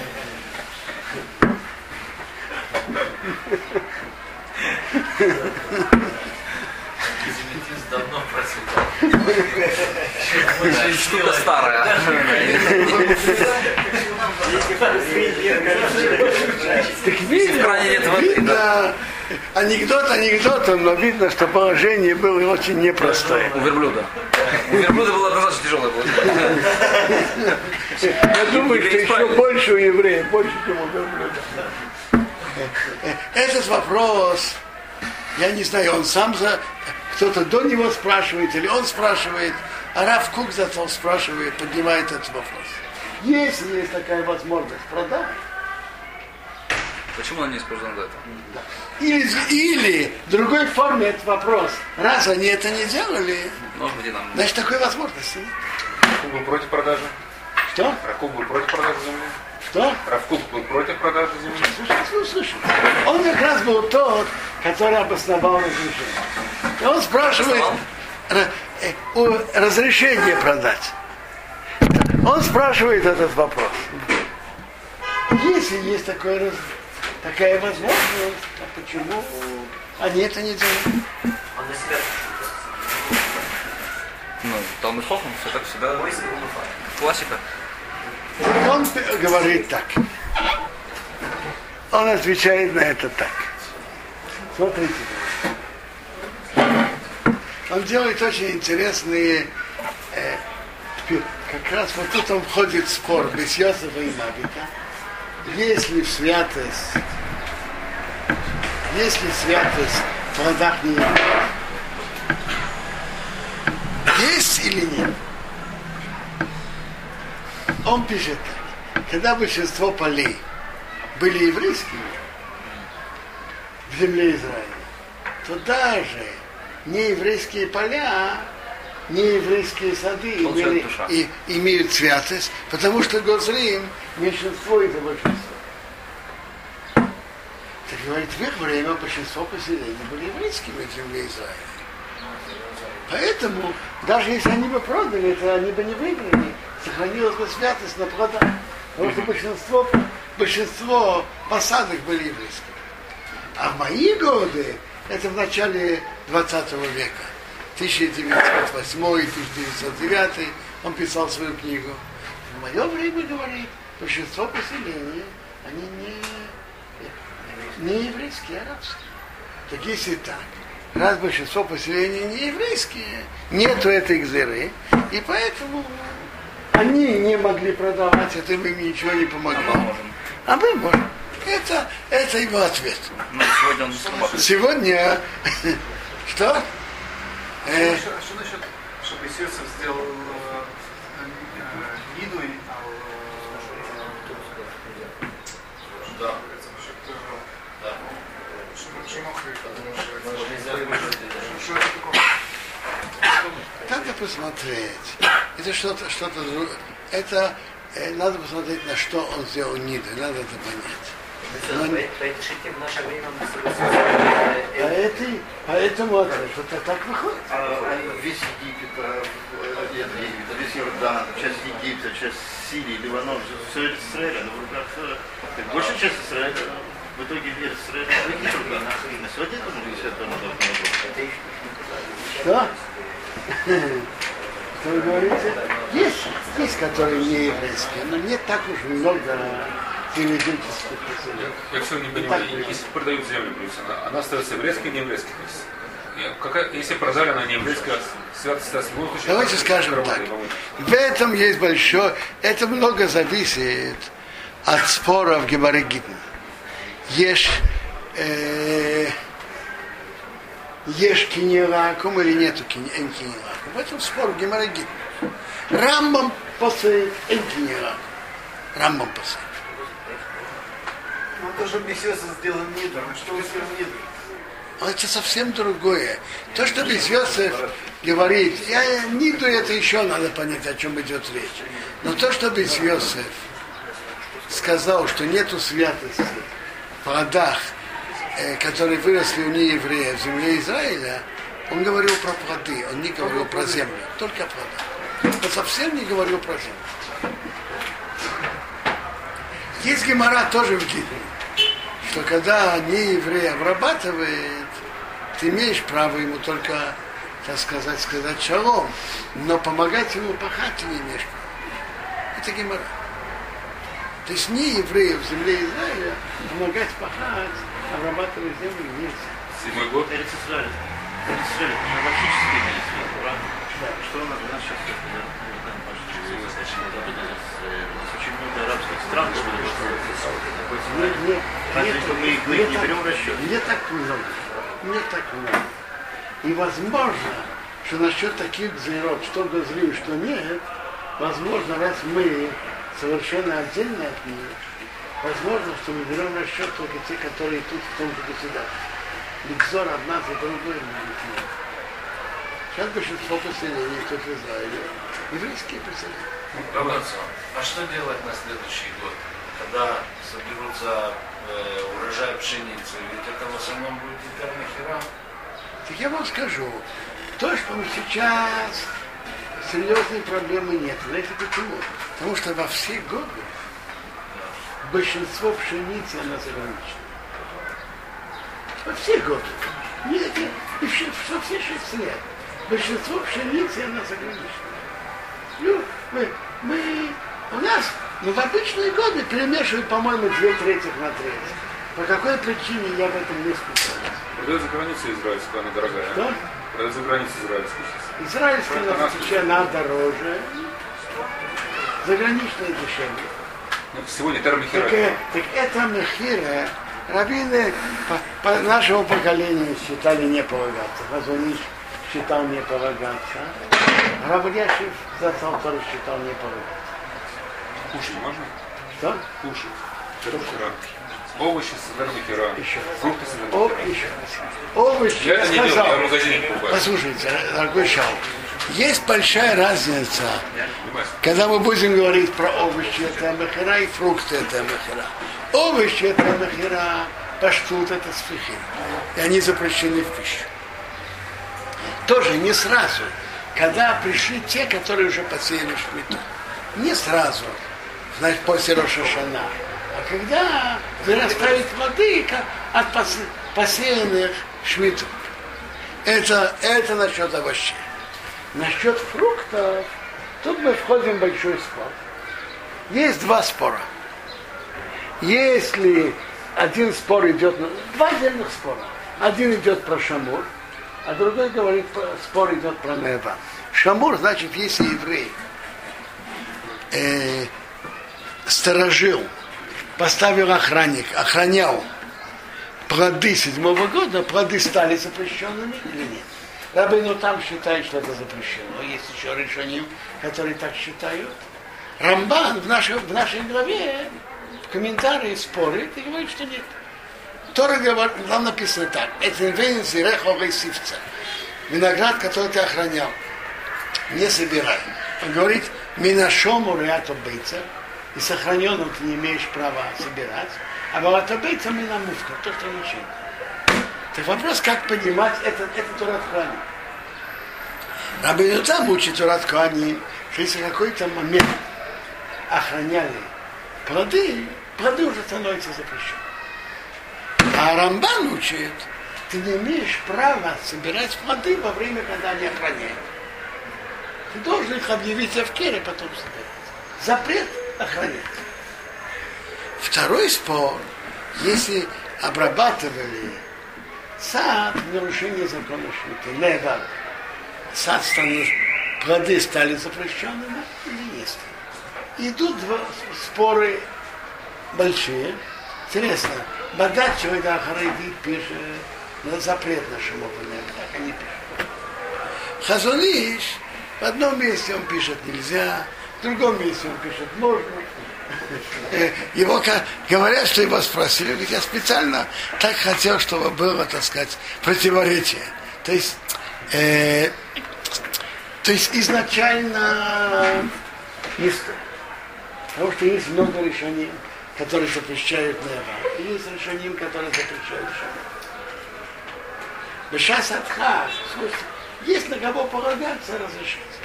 C: Давно процветал.
E: Штука старая.
A: Так видно,
E: В кране нет воды,
A: видно, анекдот анекдотом, но видно, что положение было очень непростое.
E: У верблюда. У верблюда было однозначно тяжелое положение.
A: Я думаю, что еще больше у евреев, больше, чем у верблюда. Этот вопрос, я не знаю, он сам за... Кто-то до него спрашивает, или он спрашивает, а Рав Кук зато спрашивает, поднимает этот вопрос. Если есть такая возможность продать,
E: Почему она не использована для этого?
A: да. или, или в другой форме этот вопрос, раз они это не делали,
E: Может быть, и нам.
A: значит такой возможности нет.
B: Равкук был против продажи.
A: Что?
B: Равкук был против продажи земли.
A: Что?
B: Равкук был против продажи земли.
A: Слушай, слушай, слушай. Он как раз был тот, который обосновал разрешение. И он спрашивает ра- э, о разрешении продать. Он спрашивает этот вопрос. Если есть такой раз... такая возможность, а почему они это не делают?
C: Он на себя
E: Ну, Талмуд Хохам, все так всегда. Классика.
A: Он говорит так. Он отвечает на это так. Смотрите. Он делает очень интересные... Э, как раз вот тут он входит в спор без Йосефа и Мавика. Если в святость, если святость в плодах не есть, есть или нет? Он пишет так. Когда большинство полей были еврейскими в земле Израиля, то даже нееврейские поля, нееврейские сады имели, и, имеют святость, потому что Гозрим меньшинство и большинство. Так говорит, в их время большинство поселений были еврейскими в земле Израиля. Поэтому, даже если они бы продали это, они бы не выиграли, сохранилась бы святость на плодах. Потому что большинство большинство посадок были еврейскими. А в мои годы, это в начале двадцатого века, тысяча девятьсот восьмой — тысяча девятьсот девятый, он писал свою книгу. В мое время, говорит, большинство поселений, они не, не еврейские, а арабские. Так если так, раз большинство поселений не еврейские, нету этой гзыры, и поэтому они не могли продавать, это им ничего не помогло. А мы можем. Это, это его ответ.
E: Ну, сегодня он слабо.
A: Сегодня что? Э,
F: Что, что насчет, чтобы Иисус сделал э, э, Ниду,
B: Да.
F: что это такое?
A: надо посмотреть. Это что-то, что-то другое. Это э, надо посмотреть, на что он сделал Ниду. Надо это понять.
C: По этой шите в наше время мы согласились.
A: По этой, поэтому ответ, это так выходит.
G: Весь Египет, э, Египет, весь Иордан, часть Египта, часть Сирии, Ливанон, все это Израиля, но в руках так, большая часть Израиля, в итоге мир Израиля, в их руках. И на сегодня это может быть это должно быть.
A: Что? Что вы говорите? Есть, есть, которые не еврейские, но нет так уж много юридических поселений.
B: Я все не понимаю, если продают землю, она, она остается еврейской или не еврейской? Какая, если продали, она не еврейская, святость в любом случае.
A: Давайте скажем так. В этом есть большое, это много зависит от споров Гемары Гитна. Есть э, есть кинеракум или нету кинеракум. В этом спор Гемары Гитна. Рамбам посылает кинеракум. Рамбам посылает.
F: Ну, то, что Иисус сделал Ниду, что он сделал Ниду?
A: Это совсем другое. То, что Бейс Йосеф говорит, я Ниду, это еще надо понять, о чем идет речь. Но то, что Бейс Йосеф сказал, что нету святости в плодах, э, которые выросли у неевреев в земле Израиля, он говорил про плоды, он не говорил про землю, только о плодах. Он совсем не говорил про землю. Есть гемара тоже в Гитне, что когда не еврей обрабатывает, ты имеешь право ему только, так сказать, сказать шалом, но помогать ему пахать ты не имеешь права. Это гемара. То есть не еврею в земле Израиля помогать пахать, обрабатывать землю нельзя.
B: Седьмой год?
G: Эрец Израиль. Эрец Израиль, это галактический имеется в виду, правда? Что у нас у нас сейчас очень много арабских стран, что
A: Нет, нет,
G: разве
A: нет,
G: что мы их
A: нет,
G: не
A: так-
G: берем в расчет.
A: Не так много. Не так много. И возможно, что насчет таких зверот, что дозрим, что нет, возможно, раз мы совершенно отдельно от них, возможно, что мы берем в расчет только те, которые тут в том же государстве. Ликзор от нас и другой нет. Сейчас большинство поселений тут в Израиле еврейские поселения.
H: А что делать на следующий год, когда соберутся э, урожай пшеницы? Ведь это в основном будет Итер-Мехира.
A: Так я вам скажу, то, что мы сейчас серьезной проблемы нет. Знаете почему? Потому что во все годы большинство пшеницы она заграничена. Во все годы. Нет, нет, и все, все, все шесть лет. Большинство пшеницы она заграничена. Ну, мы, мы, у нас, ну, в обычные годы перемешивают, по-моему, две трети на треть. По какой причине я в этом не специалист?
B: Продают за границей израильскую, она дорогая.
A: Что?
B: Продают за границей израильскую сейчас.
A: Израильская
B: Просто
A: на
B: она-
A: она дороже, заграничная дешевле.
B: Ну, сегодня термохера.
A: Так, э, так это мехира, раввины по, по нашему поколению считали не полагаться. Хазуниш считал не полагаться. Равляшев застал тоже считал не полагаться.
B: Кушать можно?
A: Что?
B: Кушать. Термохера. Овощи с термохера.
A: Еще.
B: Фрукты с
A: О,
B: термохера.
A: еще раз. Овощи,
B: Я это не делаю,
A: сказал.
B: я в магазине покупаю.
A: Послушайте, дорогой Шау, есть большая разница,
B: Понимаешь?
A: когда мы будем говорить про овощи, это махера, и фрукты, это махера. Овощи, это махера, паштут, это сфихим. И они запрещены в пищу. Тоже не сразу, когда пришли те, которые уже посеяли шмиту. Не сразу, значит, после Рош ха-Шана, А когда вы расправите плоды от посеянных шмиту. Это, это насчет овощей. Насчет фруктов, тут мы входим в большой спор. Есть два спора. Если один спор идет, два отдельных спора. Один идет про шамур, а другой говорит, спор идет про нева. Шамур, значит, если еврей э, сторожил, поставил охранник, охранял плоды седьмого года, плоды стали запрещенными или нет? Рабейну там считает, что это запрещено. Есть еще решения, которые так считают. Рамбан в нашей, в нашей главе в комментарии спорит и говорит, что нет. Тора говорит, там написано так. Это сивца. Виноград, который ты охранял, не собирай. Он говорит, минашому рято бейца, и сохраненным ты не имеешь права собирать, а балата бейца минамувка, то, что ничего. Так вопрос, как понимать это, это Торат Коаним. Рабейну там учит Торат Коаним, что если в какой-то момент охраняли плоды, плоды уже становятся запрещенными. А Рамбан учит, ты не имеешь права собирать плоды во время, когда они охраняют. Ты должен их объявить в Кере, потом собирать. Запрет охранять. Второй спор, если обрабатывали сад в нарушении закона Шмиты, лева, сад становится, плоды стали запрещенными или не стали. Идут два споры большие. Интересно, Бадат Чойда Харайдит пишет на запрет нашему опыту, так они пишут. Хазон Иш в одном месте он пишет нельзя, в другом месте он пишет можно. Его говорят, что его спросили, говорит, я специально так хотел, чтобы было, так сказать, противоречие. То есть, э, то есть изначально не стоит. Потому что есть много решений, которые запрещают нева, и есть решения, которые запрещают шаббат. Бешас адха, есть на кого полагаться, разрешается.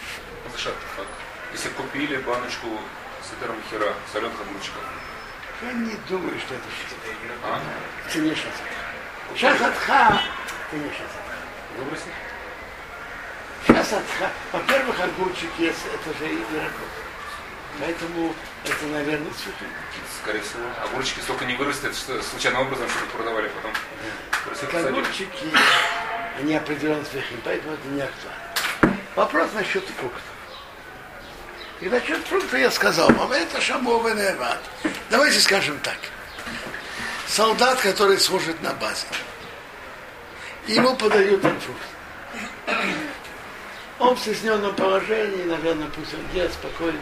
B: Если купили баночку Сетер Махира, соленых огурчиков.
A: Я не думаю, что это шасатха.
B: А?
A: Это не шасатха. Шасатха, это не шасатха.
B: Выбросить?
A: Шасатха. Во-первых, огурчик есть, это же и ираков. Поэтому это, наверное, сухие.
B: Скорее всего. Огурчики столько не вырастет, что случайным образом что-то продавали потом.
A: Да. Огурчики, они определенно свяхим, поэтому это не актуально. Вопрос насчет фруктов. И насчет фрукта я сказал вам, это шамова неват. Давайте скажем так. Солдат, который служит на базе, ему подают этот фрукт. Он в стесненном положении, наверное, пусть он ест спокойно.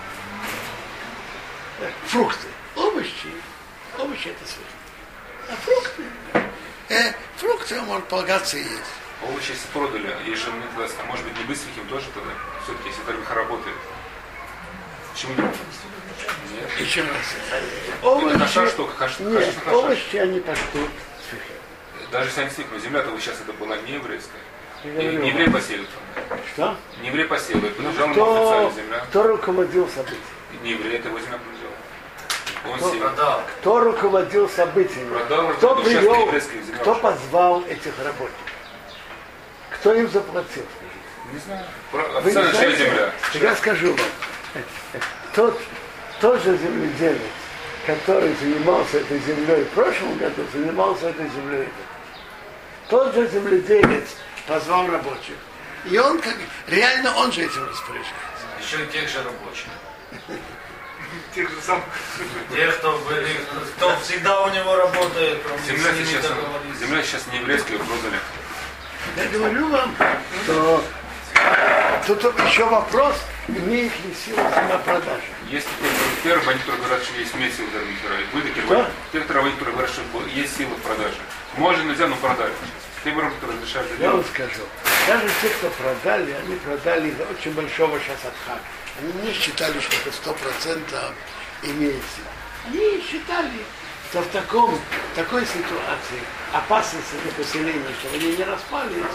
A: Фрукты, овощи, овощи это святой. А фрукты, э, фрукты он может полагаться и есть.
B: Овощи если продали, есть же, а может быть, не быстреньким тоже тогда? Все-таки, если только работает. Почему нет? Нет.
A: Еще раз. Овощи,
B: хаша, что, хаша,
A: нет,
B: хаша,
A: овощи они пастут.
B: Даже если они свекнут, земля-то вот сейчас это была не еврейская. Не, не еврей посеял.
A: Что?
B: Не еврей посеял, это
A: ну,
B: поддержал
A: кто,
B: земля.
A: Кто руководил событиями?
B: Не еврей, это его земля поддержала. Он
A: кто,
B: продал.
A: Кто руководил событиями?
B: Продал,
A: кто привел, кто
B: уже.
A: позвал этих работников? Кто им заплатил?
B: Не знаю. Официально чья земля?
A: Я скажу вам. Тот, тот же земледелец, который занимался этой землей в прошлом году, занимался этой землей. Тот же земледелец позвал рабочих. И он как реально он же этим распоряжается.
H: Еще и тех же рабочих.
F: Тех же самых.
H: Тех, кто, были, кто всегда у него работает.
B: Земля сейчас, земля сейчас не еврейская, ее продали.
A: Я говорю вам, что тут еще вопрос, имеет ли силу самопродажи.
B: Есть те рабони, которые говорят, что есть имеет силу Дармихера. Вы такие те рабони, которые говорят, что есть сила в продаже. Можно, нельзя, но продали. Те рабони, которые разрешают.
A: Я вам скажу, даже те, кто продали, они продали из очень большого шасатха. Они не считали, что это сто процентов имеет силу. Они считали, что в таком, такой ситуации опасности для поселения, чтобы они не распались,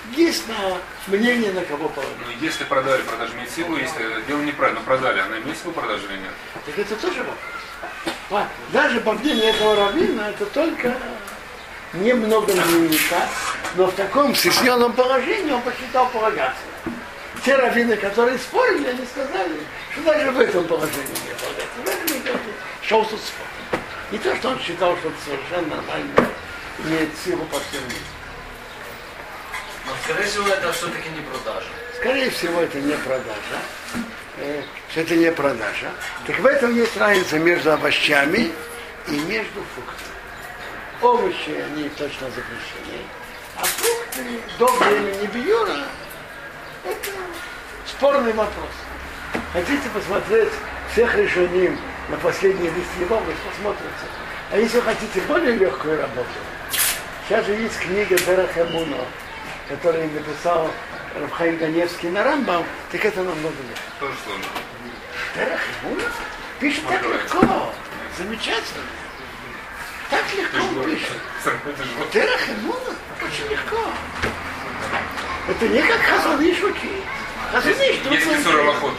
A: есть на мнение, на кого положить.
B: Ну, если продали, продажа имеет силу, если дело неправильно, продали, она имеет силу продажи или нет?
A: Так это тоже вопрос. Даже по мнению этого раввина, это только немного мненика, но в таком стесненном положении он посчитал полагаться. Те раввины, которые спорили, они сказали, что даже в этом положении не полагаться. В этом не говорит, шел тут спор. Не то, что он считал, что это совершенно нормально, имеет силу по всему миру.
H: Но, скорее всего, это все-таки не продажа.
A: Скорее всего, это не продажа. Э, что это не продажа. Так в этом есть разница между овощами и между фруктами. Овощи, они точно запрещены. А фрукты до времени биюра — это спорный вопрос. Хотите посмотреть всех решений на последние листы овощ, посмотрите. А если вы хотите более легкую работу, сейчас же есть книга Дерех Эмуно, которую написал Рав Хаим Ганевский на Рамбам, так это намного легче.
B: Тоже сложно.
A: Дерех Эмуно пишет так легко, замечательно. Так легко он пишет. Дерех Эмуно очень легко. Это не как Хазон Иш учит. Хазон Иш трудно учить.
B: Есть Кисур Аллахот,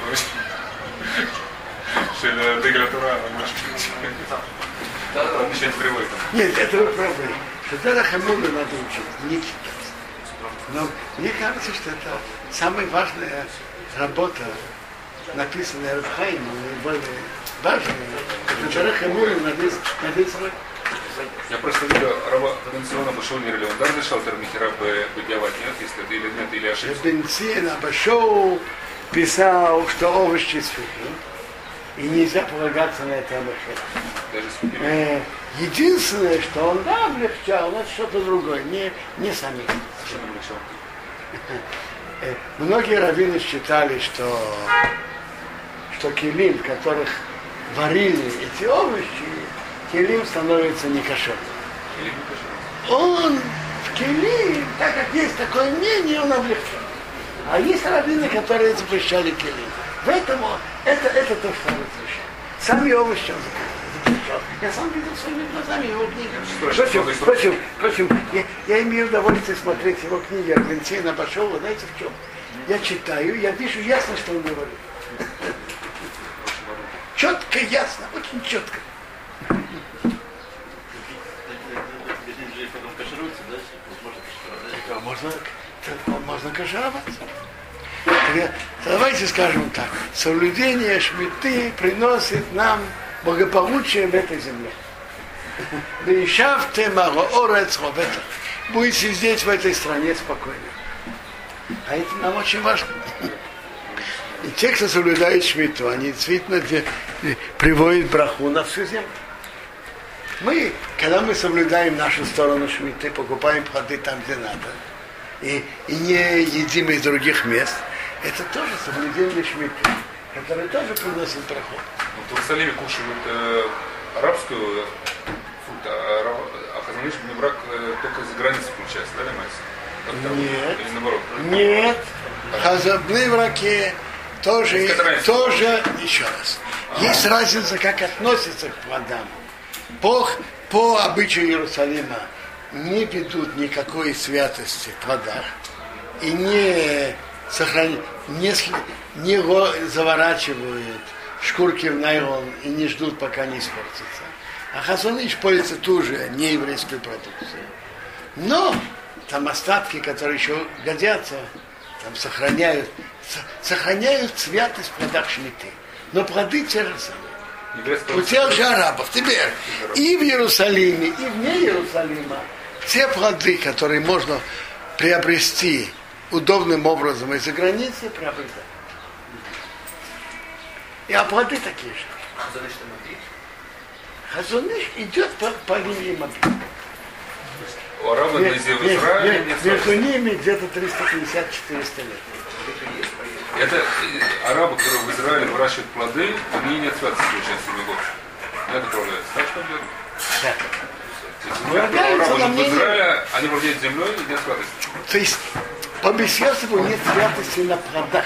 B: של דגל התורה, ממש начать привыкнуть.
A: Нет, это вы правы. Что Дерех Эмуно надо учить, не читать. Но мне кажется, что это самая важная работа, написанная Рав Хаимом, более важная. Это Дерех Эмуно написано.
B: Я просто видел раба Бенциона Башоу Нирли, он даже решал термихера бедявать, нет, если это или нет, или ошибся.
A: Бенциона Башоу писал, что овощи сухие, и нельзя полагаться на это овощи. Э, единственное, что он да, облегчал, это что-то другое, не, не сами. Э, многие раввины считали, что, что килим, в которых варили эти овощи, килим становится некошерным. Он в килим, так как есть такое мнение, он облегчен. А есть раввины, которые запрещали килим. Поэтому это, это то, что он запрещал. Сами овощи он запрещал. Я сам видел своими глазами его книги. Впрочем, впрочем, впрочем я, я имею удовольствие смотреть его книги Арбенцина Башова. Знаете в чем? Я читаю, я вижу ясно, что он говорит. Четко, ясно, очень четко. Можно, можно кашировать. Давайте скажем так. Соблюдение шмиты приносит нам благополучие в этой земле. Будете здесь, в этой стране, спокойно. А это нам очень важно. И те, кто соблюдает шмиту, они действительно приводят браху на всю землю. Мы, когда мы соблюдаем нашу сторону шмиты, покупаем плоды там, где надо, и, и не едим из других мест, это тоже соблюдение шмиты, которое тоже приносит браху.
B: В Иерусалиме кушают э, арабскую фрукт, а, а Хазон Иш брак э, только за границей получается, да, Лемайс?
A: Нет.
B: Или наоборот?
A: Нет. Хазабны в раке тоже, тоже, еще раз. А-а-а. Есть разница, как относятся к плодам. По, по обычаю Иерусалима не ведут никакой святости в плодах и не сохраняют, не, не заворачивают шкурки в найлон и не ждут, пока не испортится. А Хазон Иш пользуется ту же нееврейскую продукцию. Но там остатки, которые еще годятся, там сохраняют, сохраняют святость в плодах шмиты. Но плоды те же самые. У тех же арабов. Теперь и в Иерусалиме, и вне Иерусалима те плоды, которые можно приобрести удобным образом из-за границы, приобретать. И а плоды такие же. Хазон Иш идет по, по линии Мабит.
B: У арабов в Израиле нет.
A: Между ними где-то триста пятьдесят - четыреста лет.
B: Это арабы, которые в Израиле выращивают плоды, они нет святости получается в год. Это управляется. Так что верно?
A: Да.
B: Арабы в Израиле, они владеют землей и нет святости.
A: То есть по Бесьосову нет святости на плодах.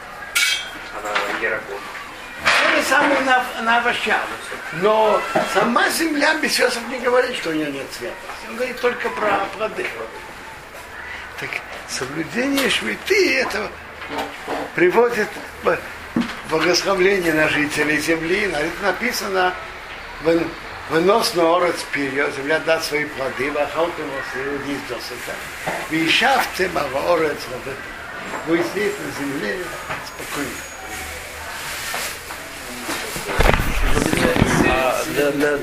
A: То же самое на, на овощах. Но сама земля, Бесьосов не говорит, что у нее нет святости. Он говорит только про плоды. Так Соблюдение шмиты это приводит к благословлению на жителей земли. Это написано вынос на орец вперед, земля даст свои плоды, вахалтым вас досыта. Вишавтым орец, будет сидеть на земле спокойно.